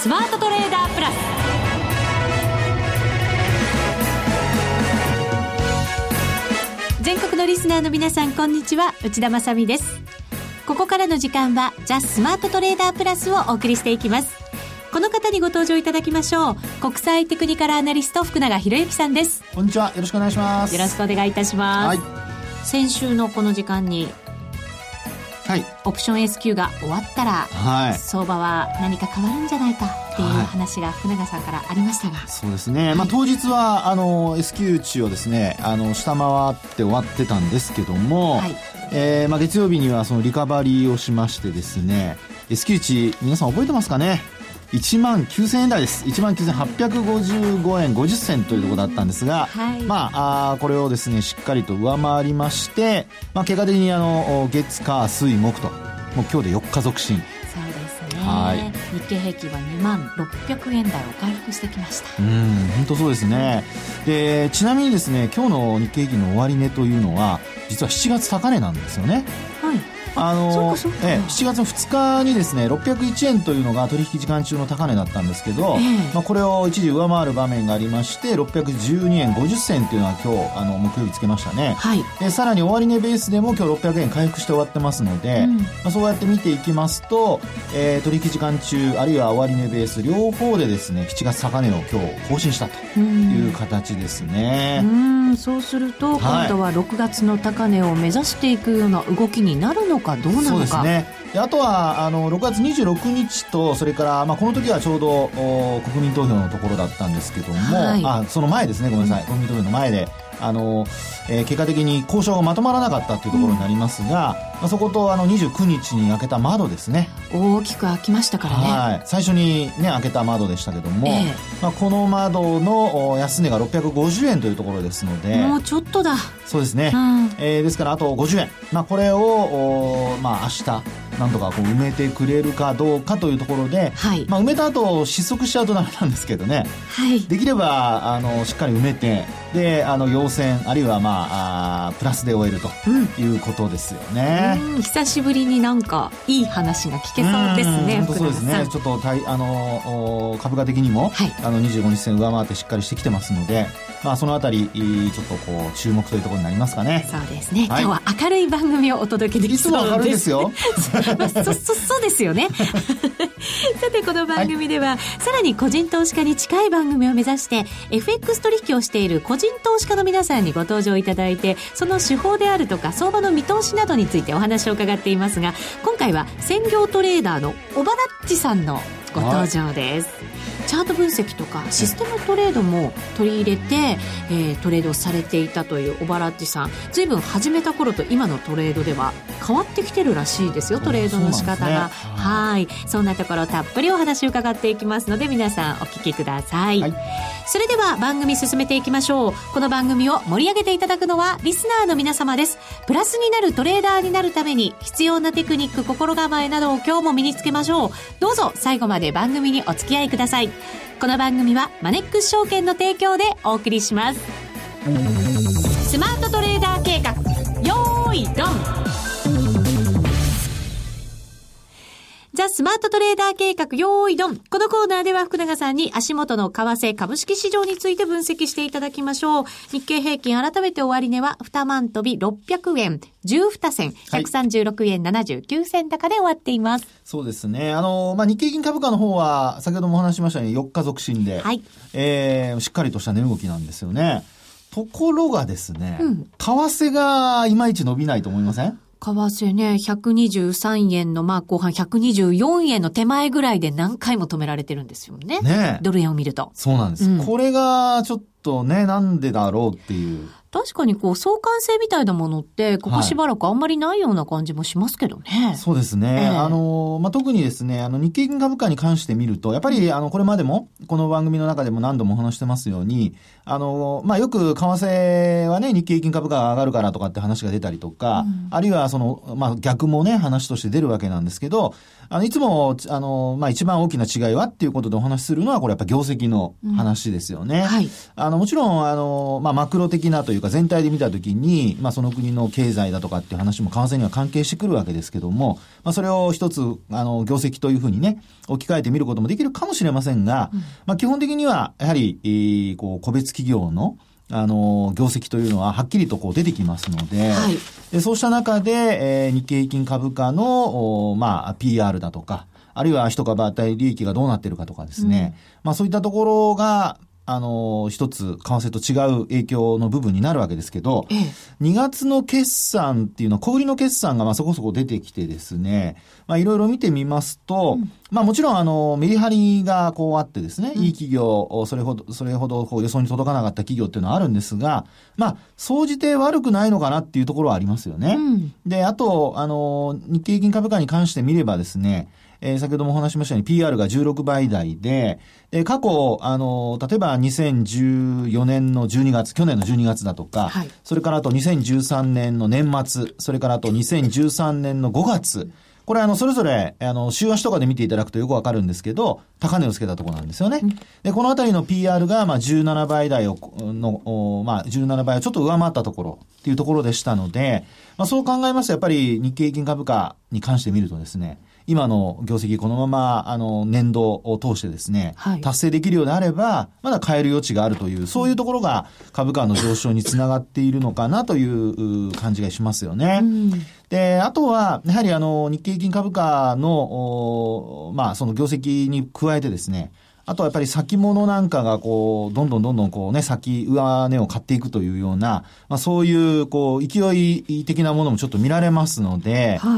スマートトレーダープラス。全国のリスナーの皆さん、こんにちは、内田まさみです。ここからの時間はザ・スマートトレーダープラスをお送りしていきます。この方にご登場いただきましょう。国際テクニカルアナリスト福永博之さんです。 こんにちは、よろしくお願いします。 よろしくお願いいたします、はい、先週のこの時間に、はい、オプション S q が終わったら、はい、相場は何か変わるんじゃないかっていう話が福永さんからありましたが、 そうですね、はい、当日はS q 値をですね下回って終わってたんですけども、はい、月曜日にはそのリカバリーをしましてですね、 S q 値皆さん覚えてますかね。19,000円台です。19,855 円50銭というところだったんですが、はい、これをですねしっかりと上回りまして、結果的に月火水木ともう今日で4日続伸。 そうですね、はい、日経平均は2600円台を回復してきました。 本当そうですね。でちなみにですね、今日の日経平均の終値というのは実は7月高値なんですよね。はい、7月の2日にですね601円というのが取引時間中の高値だったんですけど、これを一時上回る場面がありまして612円50銭というのは今日木曜日つけましたね、はい、でさらに終値ベースでも今日600円回復して終わってますので、そうやって見ていきますと、取引時間中あるいは終値ベース両方でですね7月高値を今日更新したという形ですね。 そうすると今度は6月の高値を目指していくような動きになるのかどうなのか。 そうですね。であとは6月26日とそれから、この時はちょうど国民投票のところだったんですけども、はい、その前ですね、ごめんなさい、国民投票の前で結果的に交渉がまとまらなかったというところになりますが、そこと29日に開けた窓ですね、 大きく開きましたからね、 はい、最初にね開けた窓でしたけども、この窓の安値が650円というところですので、 もうちょっとだ。 そうですね、ですからあと50円、これを明日なんとかこう埋めてくれるかどうかというところで、はい、埋めた後失速しちゃうとダメなんですけどね、はい、できればしっかり埋めて、で陽線あるいはプラスで終えるということですよね。 久しぶりになんかいい話が聞けそうですね。 そうですね。ちょっと株価的にも、はい、25日線上回ってしっかりしてきてますので、そのあたりちょっとこう注目というところになりますかね。 そうですね、はい、今日は明るい番組をお届けできそうです。 いつも明るいですよそうですよねさてこの番組では、はい、さらに個人投資家に近い番組を目指して FX 取引をしている個人投資家の皆さんにご登場いただいて、その手法であるとか相場の見通しなどについてお話を伺っていますが、今回は専業トレーダーの小原っちさんのご登場です。チャート分析とかシステムトレードも取り入れて、トレードをされていたという小原っちさん、随分始めた頃と今のトレードでは変わってきてるらしいですよ、トレードの仕方が。はい、そんなところたっぷりお話を伺っていきますので、皆さんお聞きください、はい、それでは番組進めていきましょう。この番組を盛り上げていただくのはリスナーの皆様です。プラスになるトレーダーになるために必要なテクニック、心構えなどを今日も身につけましょう。どうぞ最後まで番組にお付き合いください。この番組はマネックス証券の提供でお送りします。スマートトレーダー計画、よーいドン。ザ・スマートトレーダー計画、よーいドン。このコーナーでは福永さんに足元の為替株式市場について分析していただきましょう。日経平均改めて終値は2万飛び600円12銭、136円79銭高で終わっています。 そうですね。日経金株価の方は先ほどもお話ししましたように4日続伸で、はい、しっかりとした値動きなんですよね。ところがですね、為替がいまいち伸びないと思いません？ 為替ね、123円の後半124円の手前ぐらいで何回も止められてるんですよね。ドル円を見ると。 そうなんです。これがちょっとね、なんでだろうっていう。 確かに相関性みたいなものってここしばらくあんまりないような感じもしますけどね。 はい、そうですね。特にですね、日経金株価に関して見ると、やっぱりこれまでもこの番組の中でも何度もお話してますように、よく為替はね、日経金株価が上がるからとかって話が出たりとか、あるいは逆もね、話として出るわけなんですけど、いつも一番大きな違いはっていうことでお話しするのは、これやっぱ業績の話ですよね。はい。もちろんマクロ的なといういうか全体で見たときに、まあその国の経済だとかっていう話も為替には関係してくるわけですけども、まあそれを一つ、業績というふうにね、置き換えてみることもできるかもしれませんが、まあ基本的には、やはり、個別企業の、業績というのははっきりと出てきますので、はい、でそうした中で、日経平均株価の、まあ PR だとか、あるいは一株当たり利益がどうなっているかとかですね、まあそういったところが、一つ、為替と違う影響の部分になるわけですけど、2月の決算っていうのは、小売りの決算がまあそこそこ出てきてですね、まあいろいろ見てみますと、まあもちろんメリハリがあってですね、いい企業、それほど予想に届かなかった企業っていうのはあるんですが、まあ、総じて悪くないのかなっていうところはありますよね。で、あと、日経平均株価に関して見ればですね、先ほどもお話しましたように PR が16倍台で、過去、例えば2014年の12月、去年の12月だとか、はい、それからあと2013年の年末、それからあと2013年の5月、これそれぞれ、週足とかで見ていただくとよくわかるんですけど、高値をつけたところなんですよね。で、このあたりの PR が、まあ、17倍台まあ、17倍をちょっと上回ったところっていうところでしたので、まあ、そう考えますと、やっぱり日経平均株価に関して見るとですね、今の業績このまま年度を通してですね、はい、達成できるようであればまだ変える余地があるというそういうところが株価の上昇につながっているのかなという感じがしますよね。で、あとはやはり日経平均株価のまあその業績に加えてですね、あとはやっぱり先物なんかがどんどんね、上値を買っていくというような、まあそういう勢い的なものもちょっと見られますので、はい。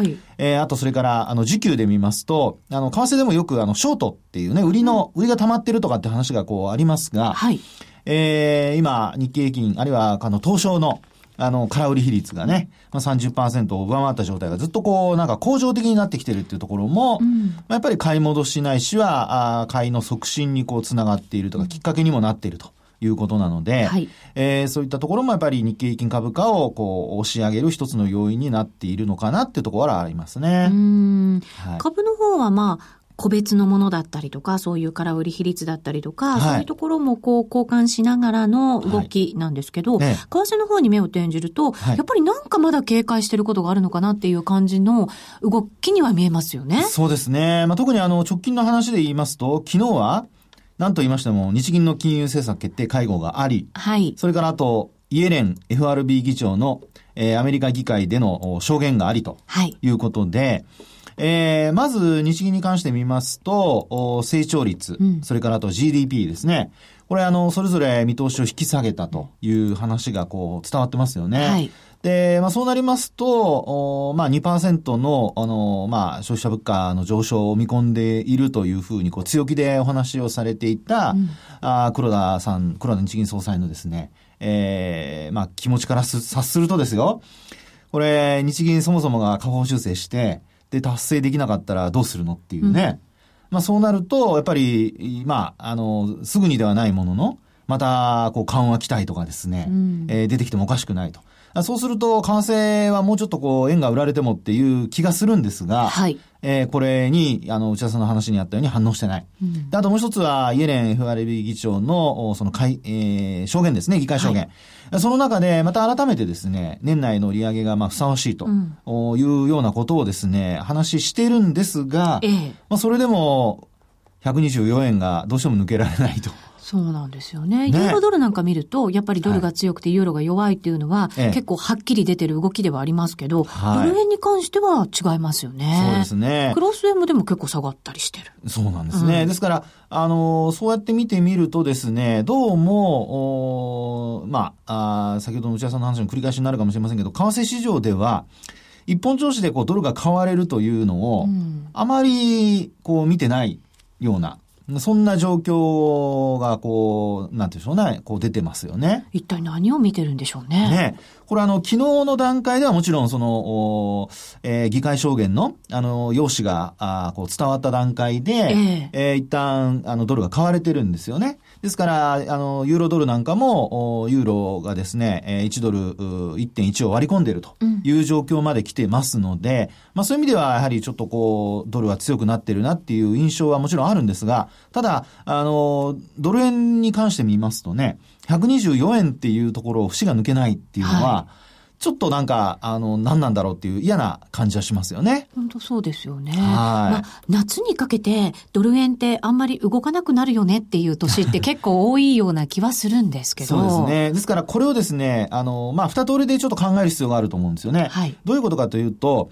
あとそれから時給で見ますと、為替でもよくショートっていうね、売りが溜まってるとかって話がありますが、はい。今、日経平均、あるいは東証の空売り比率がね、まあ、30% を上回った状態がずっとなんか恒常的になってきてるっていうところも、まあ、やっぱり買い戻しないしは、買いの促進につながっているとか、きっかけにもなっているということなので、はい、そういったところもやっぱり日経平均株価を押し上げる一つの要因になっているのかなっていうところはありますね。 はい、株の方はまあ、個別のものだったりとか、そういう空売り比率だったりとか、はい、そういうところも交換しながらの動きなんですけど、はい、為替の方に目を転じると、はい、やっぱりなんかまだ警戒してることがあるのかなっていう感じの動きには見えますよね。 そうですね。まあ、特に直近の話で言いますと、昨日は何と言いましても日銀の金融政策決定会合があり、はい、それからあとイエレン FRB 議長の、アメリカ議会での証言がありということで、まず日銀に関して見ますと、成長率、それからあと GDP ですね。これそれぞれ見通しを引き下げたという話が伝わってますよね。はい。で、まあそうなりますと、まあ 2% の、まあ消費者物価の上昇を見込んでいるというふうに強気でお話をされていた、黒田日銀総裁のですね、まあ気持ちから察するとですよ。これ、日銀そもそもが下方修正して、で、達成できなかったらどうするのっていうね。まあそうなると、やっぱり、まあ、すぐにではないものの、また、緩和期待とかですね、出てきてもおかしくないと。そうすると、為替はもうちょっと円が売られてもっていう気がするんですが、はい。これに、内田さんの話にあったように反応してない。で、あともう一つは、イエレン FRB 議長の、証言ですね、議会証言。はい、その中で、また改めてですね、年内の利上げがふさわしいというようなことをですね、話してるんですが、まあ、それでも、124円がどうしても抜けられないと。 そうなんですよね。ユーロドルなんか見ると、やっぱりドルが強くてユーロが弱いっていうのは、結構はっきり出てる動きではありますけど、ドル円に関しては違いますよね。 そうですね。 クロス円もでも結構下がったりしてる。 そうなんですね。ですから、そうやって見てみるとですね、どうも、まあ、先ほどの内田さんの話の繰り返しになるかもしれませんけど、為替市場では、一本調子でドルが買われるというのを、あまり見てないような、そんな状況がなんていうんでしょうね、出てますよね。 一体何を見てるんでしょうね。 ね。これ昨日の段階ではもちろん議会証言の、要旨が、伝わった段階で、一旦、ドルが買われてるんですよね。 ですから、ユーロドルなんかも、ユーロがですね、1ドル 1.1 を割り込んでいるという状況まで来てますので、そういう意味ではやはりちょっとドルは強くなってるなっていう印象はもちろんあるんですが、ただ、ドル円に関して見ますとね、124円っていうところを節が抜けないっていうのは、ちょっとなんか、何なんだろうっていう嫌な感じはしますよね。 本当そうですよね。夏にかけてドル円ってあんまり動かなくなるよねっていう年って結構多いような気はするんですけど。 そうですね。ですからこれをですね、二通りでちょっと考える必要があると思うんですよね。どういうことかというと、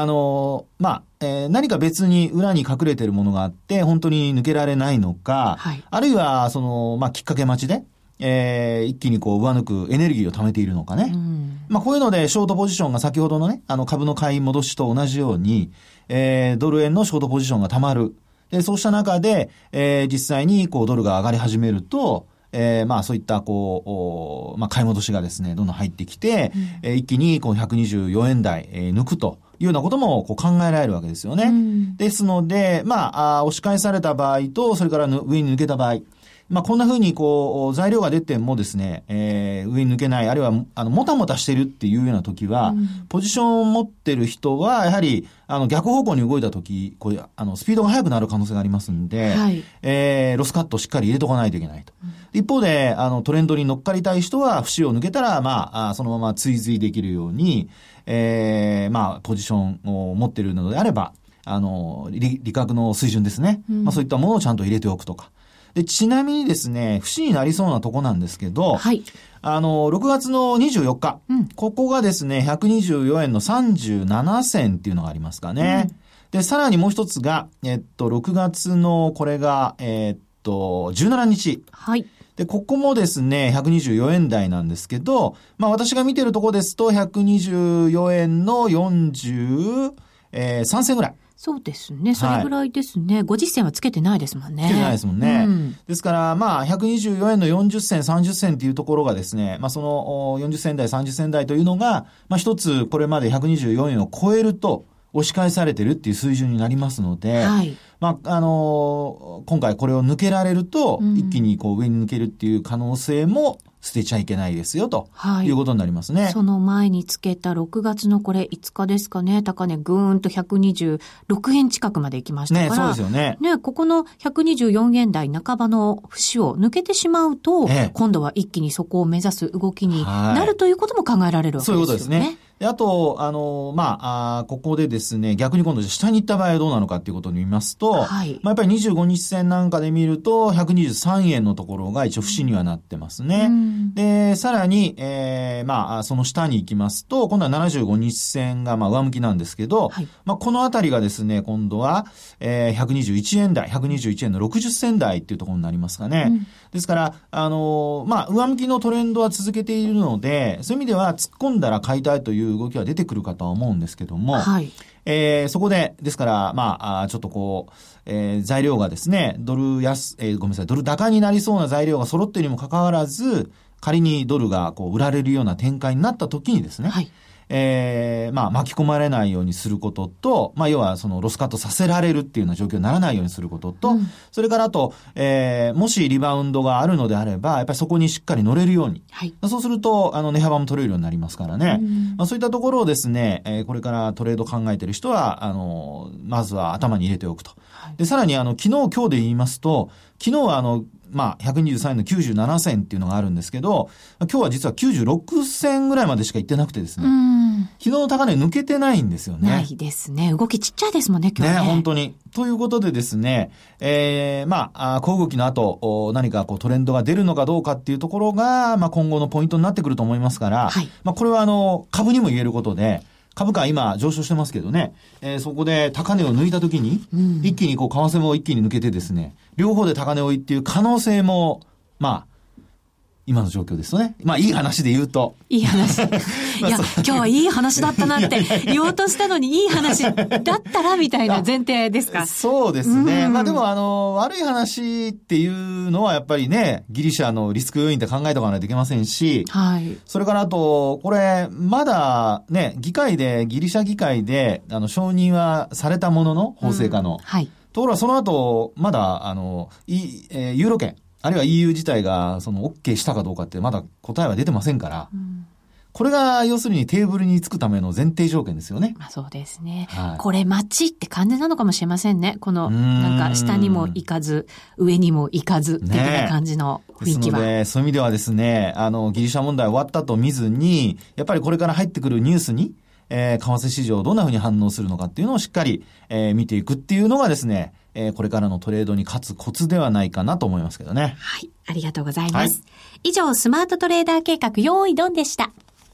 何か別に裏に隠れているものがあって、本当に抜けられないのか、あるいは、きっかけ待ちで、一気に上抜くエネルギーを貯めているのかね。こういうのでショートポジションが先ほどのね、株の買い戻しと同じように、ドル円のショートポジションが溜まる。で、そうした中で、実際にドルが上がり始めると、そういった買い戻しがですね、どんどん入ってきて、一気に124円台、抜くというようなことも考えられるわけですよね。ですので、押し返された場合と、それから上に抜けた場合、こんな風に材料が出てもですね、上に抜けない、あるいはもたもたしてるっていうような時は、ポジションを持ってる人は、やはり逆方向に動いた時、スピードが速くなる可能性がありますんで、ロスカットをしっかり入れとかないといけないと。一方で、トレンドに乗っかりたい人は、節を抜けたら、そのまま追随できるように、ポジションを持っているのであれば、利確の水準ですね。そういったものをちゃんと入れておくとか。で、ちなみにですね、節になりそうなとこなんですけど、6月の24日、ここがですね、124円の37銭っていうのがありますかね。で、さらにもう一つが、6月のこれが、17日。で、ここもですね、124円台なんですけど、私が見てるとこですと、124円の43銭ぐらい。 そうですね。それぐらいですね。50銭はつけてないですもんね。 つけてないですもんね。ですから、124円の40銭、30銭っていうところがですね、その40銭台、30銭台というのが、一つこれまで124円を超えると押し返されてるっていう水準になりますので、今回これを抜けられると、一気に上に抜けるっていう可能性も捨てちゃいけないですよということになりますね。 その前につけた6月のこれ5日ですかね、高値ぐーんと126円近くまで行きましたから。 そうですよね。 ここの124円台半ばの節を抜けてしまうと、今度は一気にそこを目指す動きになるということも考えられるわけですよね。そういうことですね。 で、あと、ここでですね、逆に今度下に行った場合はどうなのかっていうことを見ますと、やっぱり25日線なんかで見ると、123円のところが一応節にはなってますね。で、さらに、その下に行きますと、今度は75日線が上向きなんですけど、このあたりがですね、今度は、121円台、121円の60銭台っていうところになりますかね。ですから、上向きのトレンドは続けているので、そういう意味では突っ込んだら買いたいという動きは出てくるかとは思うんですけども、そこで、ですから、ちょっと材料がですね、ドル高になりそうな材料が揃っているにもかかわらず、仮にドルが売られるような展開になった時にですね、巻き込まれないようにすることと、要はそのロスカットさせられるっていうような状況にならないようにすることと、それからあと、もしリバウンドがあるのであれば、やっぱりそこにしっかり乗れるように。そうすると、値幅も取れるようになりますからね。そういったところをですね、これからトレード考えている人は、まずは頭に入れておくと。で、さらに昨日、今日で言いますと、昨日は123円の97銭っていうのがあるんですけど、今日は実は96銭ぐらいまでしか行ってなくてですね。昨日の高値抜けてないんですよね。 ないですね。動きちっちゃいですもんね、今日ね。 本当に。ということでですね、小動きの後、何かトレンドが出るのかどうかっていうところが、今後のポイントになってくると思いますから、これは株にも言えることで、株価今上昇してますけどね、そこで高値を抜いたときに、一気に為替も一気に抜けてですね、両方で高値追いっていう可能性も、今の状況ですよね。いい話で言うと。 いい話。いや、今日はいい話だったなって言おうとしたのにいい話だったらみたいな前提ですか。 そうですね。でも悪い話っていうのはやっぱりね、ギリシャのリスク要因って考えておかないといけませんし、それからあと、これ、まだね、ギリシャ議会で、承認はされたものの、法制化の。ところがその後、まだ、ユーロ圏、 あるいは EU 自体がその OK したかどうかってまだ答えは出てませんから、これが要するにテーブルにつくための前提条件ですよね。 そうですね。はい、これ待ちって感じなのかもしれませんね。このなんか下にも行かず上にも行かず的な感じの雰囲気は。 ですのでそういう意味ではですね、ギリシャ問題終わったと見ずに、やっぱりこれから入ってくるニュースに、為替市場どんなふうに反応するのかっていうのをしっかり、見ていくっていうのがですね、これからのトレードに勝つコツではないかなと思いますけどね。 はい、ありがとうございます。はい、以上スマートトレーダー計画用意ドンでした。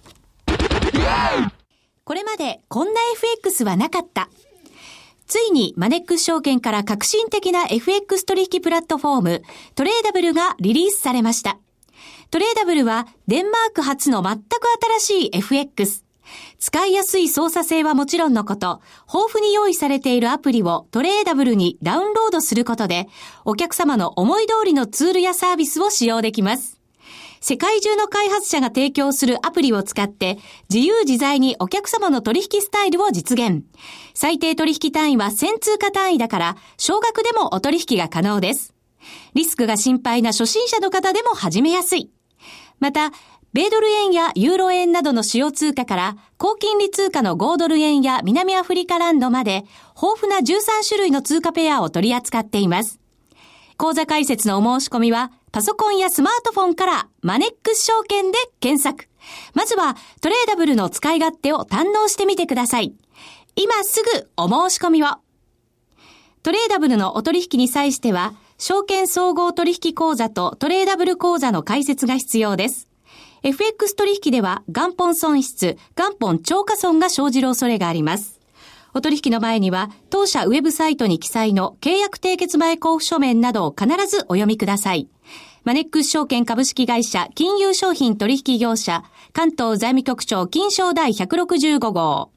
これまでこんな FX はなかった。ついにマネックス証券から革新的な FX 取引プラットフォームトレーダブルがリリースされました。トレーダブルはデンマーク発の全く新しい FX。使いやすい操作性はもちろんのこと、豊富に用意されているアプリをトレーダブルにダウンロードすることで、お客様の思い通りのツールやサービスを使用できます。世界中の開発者が提供するアプリを使って自由自在にお客様の取引スタイルを実現。最低取引単位は1000通貨単位だから少額でもお取引が可能です。リスクが心配な初心者の方でも始めやすい。また、米ドル円やユーロ円などの主要通貨から高金利通貨の5ドル円や南アフリカランドまで豊富な13種類の通貨ペアを取り扱っています。口座開設のお申し込みはパソコンやスマートフォンからマネックス証券で検索。まずはトレーダブルの使い勝手を堪能してみてください。今すぐお申し込みを。トレーダブルのお取引に際しては証券総合取引口座とトレーダブル口座の開設が必要です。FX 取引では元本損失、元本超過損が生じる恐れがあります。お取引の前には当社ウェブサイトに記載の契約締結前交付書面などを必ずお読みください。マネックス証券株式会社金融商品取引業者関東財務局長金商第165号。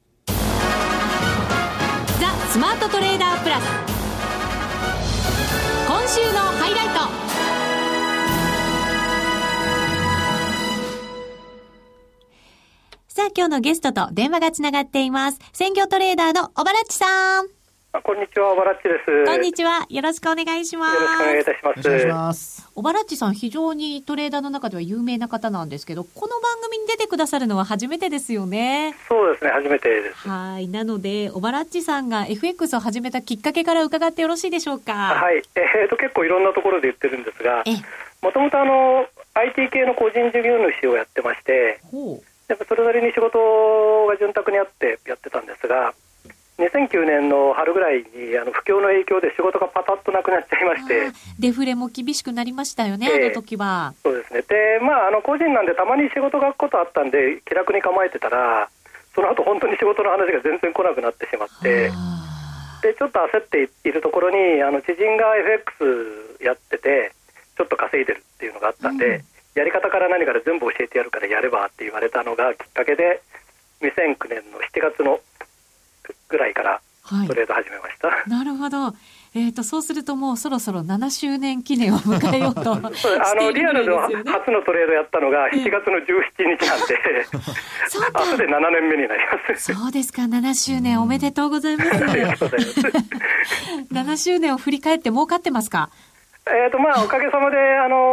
ザ・スマートトレーダープラス。今週のハイライト。さあ今日のゲストと電話がつながっています。専業トレーダーの小原っちさん。 こんにちは、小原っちです。 こんにちは、よろしくお願いします。 よろしくお願いいたします。 よろしくお願いします。 小原っちさん、非常にトレーダーの中では有名な方なんですけど、この番組に出てくださるのは初めてですよね。 そうですね、初めてです。 はい、なので小原っちさんが FX を始めたきっかけから伺ってよろしいでしょうか。 はい、結構いろんなところで言ってるんですが、もともとIT 系の個人事業主をやってまして、やっぱそれなりに仕事が潤沢にあってやってたんですが、2009年の春ぐらいに不況の影響で仕事がパタッとなくなっちゃいまして、 デフレも厳しくなりましたよね、あの時は。 そうですね。で、個人なんでたまに仕事がことあったんで気楽に構えてたら、その後本当に仕事の話が全然来なくなってしまって、でちょっと焦っているところに知人が FX やっててちょっと稼いでるっていうのがあったんで、やり方から何から全部教えてやるからやればって言われたのがきっかけで、2009年の7月のぐらいからトレード始めました。 なるほど。そうするともうそろそろ7周年記念を迎えようとしているリアルの初のトレードやったのが7月の17日なんで、明日で7年目になります。 そうですか、7周年おめでとうございます。 ありがとうございます。 7周年を振り返って儲かってますか？ おかげさまで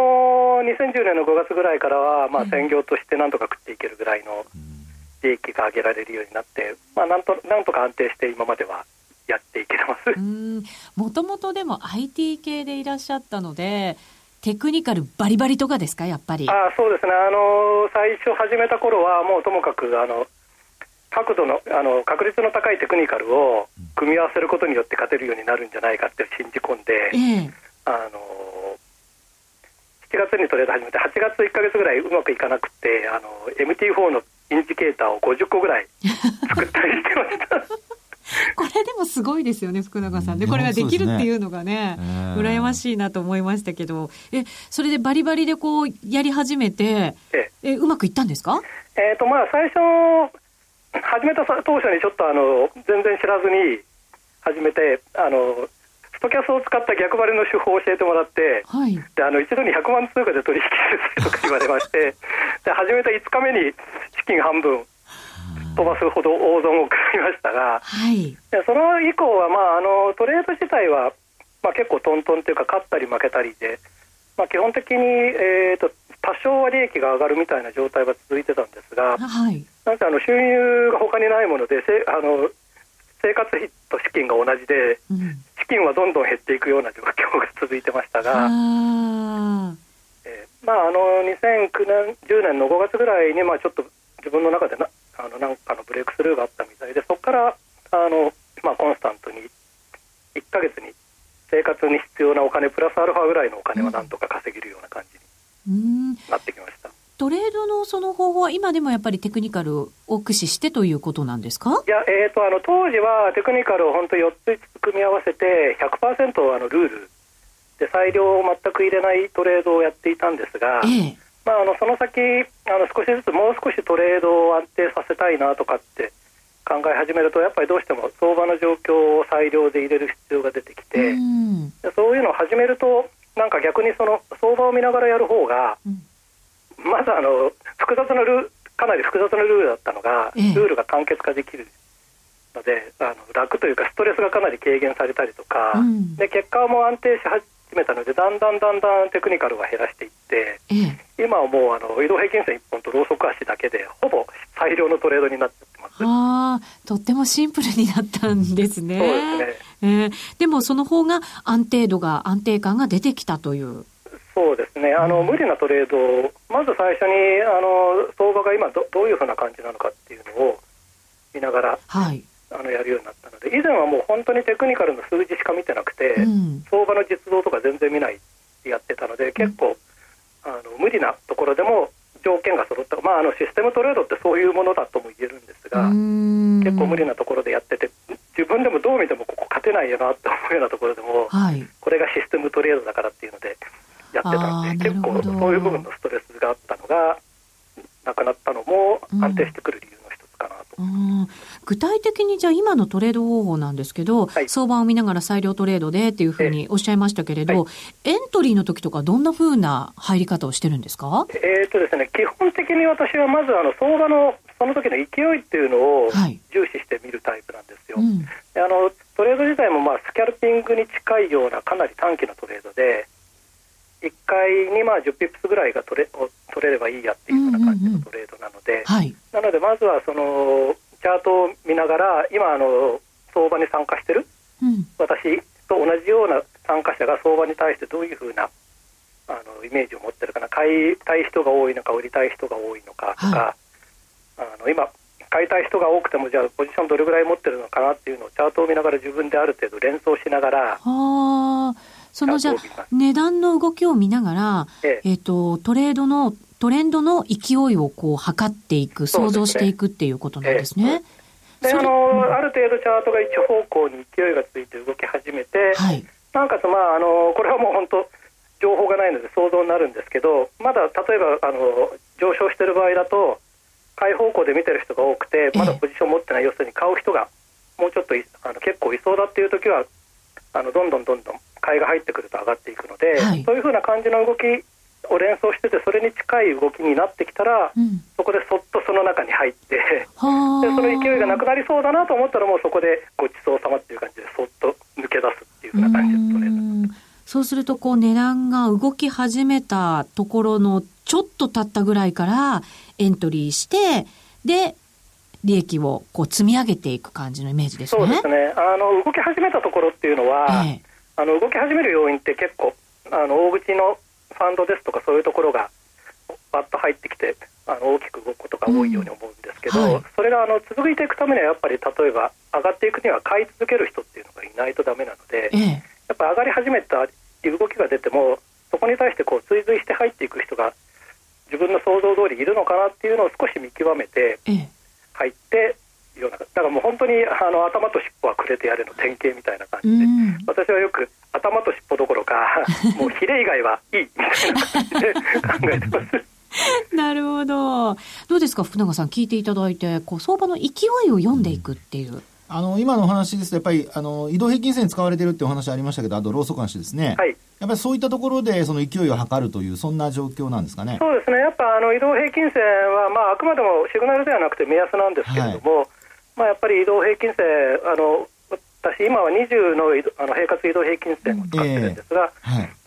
2010年の5月ぐらいからは専業としてなんとか食っていけるぐらいの利益が上げられるようになって、なんとか安定して今まではやっていけてます。 もともとでも IT 系でいらっしゃったのでテクニカルバリバリとかですか？やっぱり。 そうですね。最初始めた頃はもうともかく角度の確率の高いテクニカルを組み合わせることによって勝てるようになるんじゃないかって信じ込んで、7月にトレード始めて8月1ヶ月ぐらいうまくいかなくてMT4 のインジケーターを50個ぐらい作ったりしてましたこれでもすごいですよね、福永さんでこれができるっていうのがね、羨ましいなと思いましたけど、それでバリバリでこうやり始めて、うまくいったんですか？ 最初始めた当初にちょっと全然知らずに始めてストキャスを使った逆張りの手法を教えてもらって、で一度に100万通貨で取引するとか言われましてで始めた5日目に資金半分飛ばすほど大損を食らいましたが、でその以降はトレード自体は結構トントンというか勝ったり負けたりで、 基本的に、多少は利益が上がるみたいな状態は続いてたんですが、 はい、 なんせ収入が他にないもので生活費と資金が同じで、資金はどんどん減っていくような状況が続いてましたが、2009年10年の5月ぐらいに、ちょっと自分の中でなんかのブレイクスルーがあったみたいで、そこからコンスタントに1ヶ月に生活に必要なお金プラスアルファぐらいのお金はなんとか稼げるような感じになってきました。 トレードのその方法は今でもやっぱりテクニカルを駆使してということなんですか？ いや、当時はテクニカルを本当4つ5つ組み合わせて 100% ルールで裁量を全く入れないトレードをやっていたんですが、その先少しずつもう少しトレードを安定させたいなとかって考え始めると、やっぱりどうしても相場の状況を裁量で入れる必要が出てきて、でそういうのを始めるとなんか逆にその相場を見ながらやる方が、まずかなり複雑なルールだったのが、ルールが簡潔化できるので楽というかストレスがかなり軽減されたりとか、で結果も安定し始めたので、だんだんテクニカルは減らしていって、今はもう移動平均線1本とローソク足だけでほぼ最良のトレードになってます。 とってもシンプルになったんですね。 そうですね。 でもその方が安定感が出てきたという。 そうですね。無理なトレードをまず最初に相場が今 どういうふうな感じなのかっていうのを見ながら、やるようになったので、以前はもう本当にテクニカルの数字しか見てなくて、相場の実動とか全然見ないでやってたので、結構無理なところでも条件が揃った、システムトレードってそういうものだとも言えるんですが、結構無理なところでやってて、自分でもどう見てもここ勝てないよなって思うようなところでも、これがシステムトレードだからっていうのでやってたんで、結構そういう部分のストレスがあったのがなくなったのも安定してくる理由の一つかなと。 具体的にじゃあ今のトレード方法なんですけど、相場を見ながら裁量トレードでっていうふうにおっしゃいましたけれど、エントリーの時とかどんなふうな入り方をしてるんですか？ ですね、基本的に私はまず相場のその時の勢いっていうのを重視して見るタイプなんですよ。でトレード自体もスキャルピングに近いようなかなり短期のトレードで、1回に10ピップスぐらいが取れればいいやっていうような感じのトレードなので、なのでまずはそのチャートを見ながら、今相場に参加してる、私と同じような参加者が相場に対してどういうふうなイメージを持ってるかな、買いたい人が多いのか売りたい人が多いのかとか、今買いたい人が多くてもじゃあポジションどれぐらい持ってるのかなっていうのをチャートを見ながら自分である程度連想しながら、 そのじゃあ値段の動きを見ながら、トレンドの勢いを測っていく、想像していくっていうことなんですね。 である程度チャートが一方向に勢いがついて動き始めて、なおかつこれはもう本当情報がないので想像になるんですけど、まだ例えば上昇している場合だと買い方向で見てる人が多くて、まだポジション持ってない、要するに買う人がもうちょっと結構いそうだっていう時はどんどん買いが入ってくると上がっていくので、そういう風な感じの動きを連想してて、それに近い動きになってきたら、そこでそっとその中に入ってでその勢いがなくなりそうだなと思ったら、もうそこでごちそうさまっていう感じでそっと抜け出すっていう風な感じですね。 そうすると値段が動き始めたところのちょっと経ったぐらいからエントリーして、で利益を積み上げていく感じのイメージですね。 そうですね。動き始めたところっていうのは、動き始める要因って結構大口のファンドですとかそういうところがバッと入ってきて大きく動くことが多いように思うんですけど、それが続いていくためにはやっぱり例えば上がっていくには買い続ける人っていうのがいないとダメなので、やっぱ上がり始めた動きが出てもそこに対して追随して入っていく人が自分の想像通りいるのかなっていうのを少し見極めて入ってような、だからもう本当に頭と尻尾はくれてやれの典型みたいな感じで、私はよく頭と尻尾どころかもうヒレ以外はいいみたいな感じで考えてますなるほど。どうですか福永さん、聞いていただいて相場の勢いを読んでいくっていう、 今のお話ですとやっぱり移動平均線使われてるっていうお話ありましたけど、あとローソク足ですね、やっぱりそういったところでその勢いを測るというそんな状況なんですかね。 そうですね。やっぱ移動平均線は、あくまでもシグナルではなくて目安なんですけれども、やっぱり移動平均線私今は20の平滑移動平均線を使ってるんですが、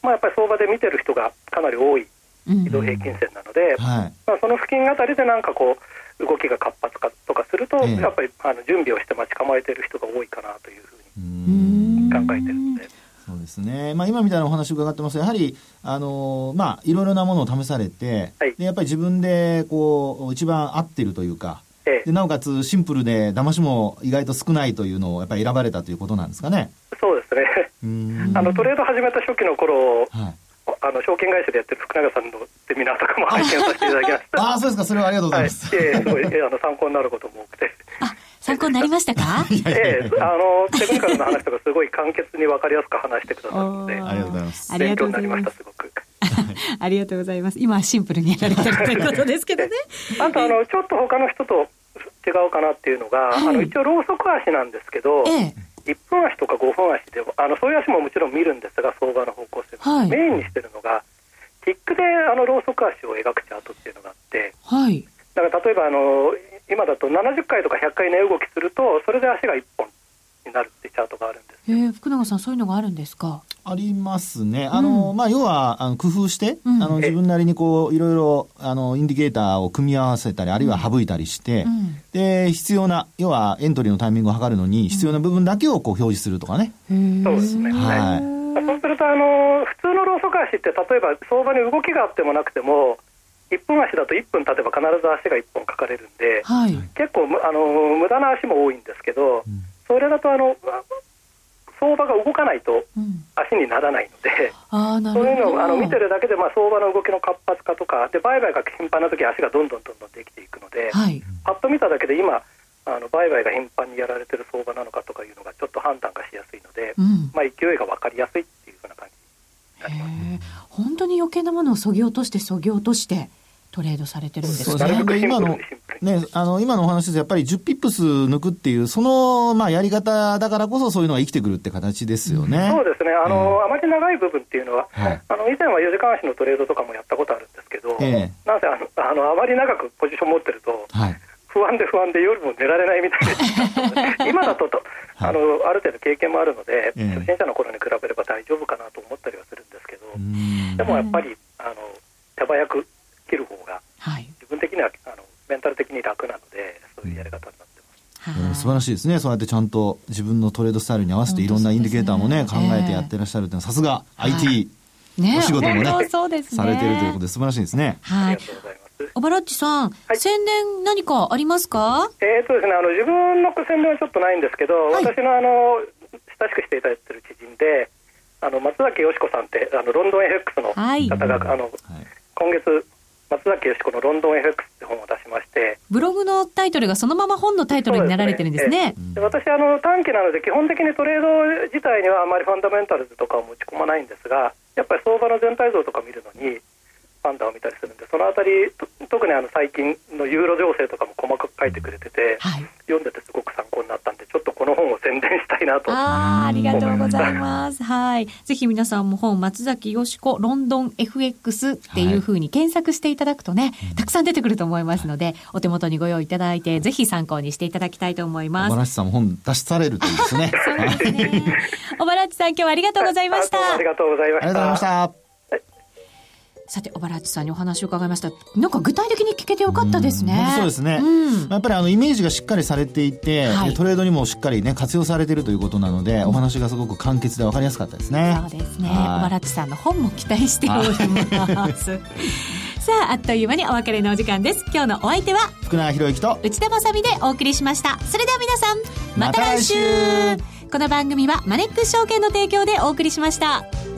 やっぱり相場で見てる人がかなり多い移動平均線なので、その付近あたりでなんかこう動きが活発化とかすると、やっぱり準備をして待ち構えている人が多いかなというふうに考えているので。 そうですね。今みたいなお話を伺ってますと、やはりいろいろなものを試されて、でやっぱり自分でこう一番合っているというか、でなおかつシンプルで騙しも意外と少ないというのをやっぱり選ばれたということなんですかね。 そうですね。トレード始めた初期の頃、証券会社でやってる福永さんのセミナーとかも拝見させていただきました。 そうですか。それはありがとうございます。 すごい参考になることも多くて。 参考になりましたか？ テクニカルな話とかすごい簡潔に分かりやすく話してくださるので、 ありがとうございます。 勉強になりました、すごく。 ありがとうございます。今はシンプルにやられてるということですけどね。 あとちょっと他の人と違うかなっていうのが、一応ローソク足なんですけど、1分足とか5分足でそういう足ももちろん見るんですが、相場の方向性、メインにしてるのがティックでローソク足を描くチャートっていうのがあって、だから例えば今だと70回とか100回値動きすると、それで足が1本になるってチャートがあるんですよ。 福永さん、そういうのがあるんですか？ ありますね。要は工夫して、自分なりにこういろいろインディケーターを組み合わせたり、あるいは省いたりして、で必要な、要はエントリーのタイミングを測るのに必要な部分だけをこう表示するとかね。 そうですね。そうすると普通のローソク足って例えば相場に動きがあってもなくても、1分足だと1分経てば必ず足が1本かかれるんで、結構無駄な足も多いんですけど、それだと相場が動かないと足にならないので、そういうのを見てるだけで、相場の動きの活発化とかで、売買が頻繁な時足がどんどんできていくので、パッと見ただけで今売買が頻繁にやられてる相場なのかとかいうのがちょっと判断がしやすいので、勢いが分かりやすいっていうふうな感じになります。 本当に余計なものを削ぎ落としてトレードされてるんですね。 今のお話ですと、やっぱり10ピップス抜くっていうそのやり方だからこそ、そういうのが生きてくるって形ですよね。 そうですね。あまり長い部分っていうのは、以前は4時間足のトレードとかもやったことあるんですけど、なんせあまり長くポジション持ってると、不安で夜も寝られないみたいで今だとある程度経験もあるので、初心者の頃に比べれば大丈夫かなと思ったりはするんですけど、でもやっぱり手早く切る方が自分的にはメンタル的に楽なので、そういうやり方になってます。 素晴らしいですね。そうやってちゃんと自分のトレードスタイルに合わせていろんなインディケーターもね、考えてやってらっしゃるっていうのは、さすが IT、お仕事もねされているということで素晴らしいですね。 ありがとうございます。 小原っちさん、宣伝何かありますか？ ですね、自分の宣伝はちょっとないんですけど、私の親しくしていただいている知人で、松崎よし子さんってロンドン FX の方が、今月松崎よし子のロンドン FX って本を出しまして、 ブログのタイトルがそのまま本のタイトルになられてるんですね。 で私短期なので基本的にトレード自体にはあまりファンダメンタルズとかを持ち込まないんですが、やっぱり相場の全体像とか見るのにファンダを見たりするんで、そのあたり特に最近のユーロ情勢とかも細かく書いてくれてて、読んでてすごく参考になったんで、ちょっとこの本を宣伝したいなと。 ありがとうございます。ぜひ皆さんも本、松崎よし子ロンドン FX っていう風に検索していただくとね、たくさん出てくると思いますので、お手元にご用意いただいて、ぜひ参考にしていただきたいと思います。 小原さんも本出されるといいですね。 そうですね。小原さん、今日はありがとうございました。 ありがとうございました。 ありがとうございました。 さて、小原さんにお話を伺いました。なんか具体的に聞けてよかったですね。 そうですね。やっぱりイメージがしっかりされていて、トレードにもしっかりね活用されているということなので、お話がすごく簡潔で分かりやすかったですね。 そうですね。小原さんの本も期待しております。さあ、あっという間にお別れのお時間です。今日のお相手は福永博之と内田まさみでお送りしました。それでは皆さん、また来週。この番組はマネックス証券の提供でお送りしました。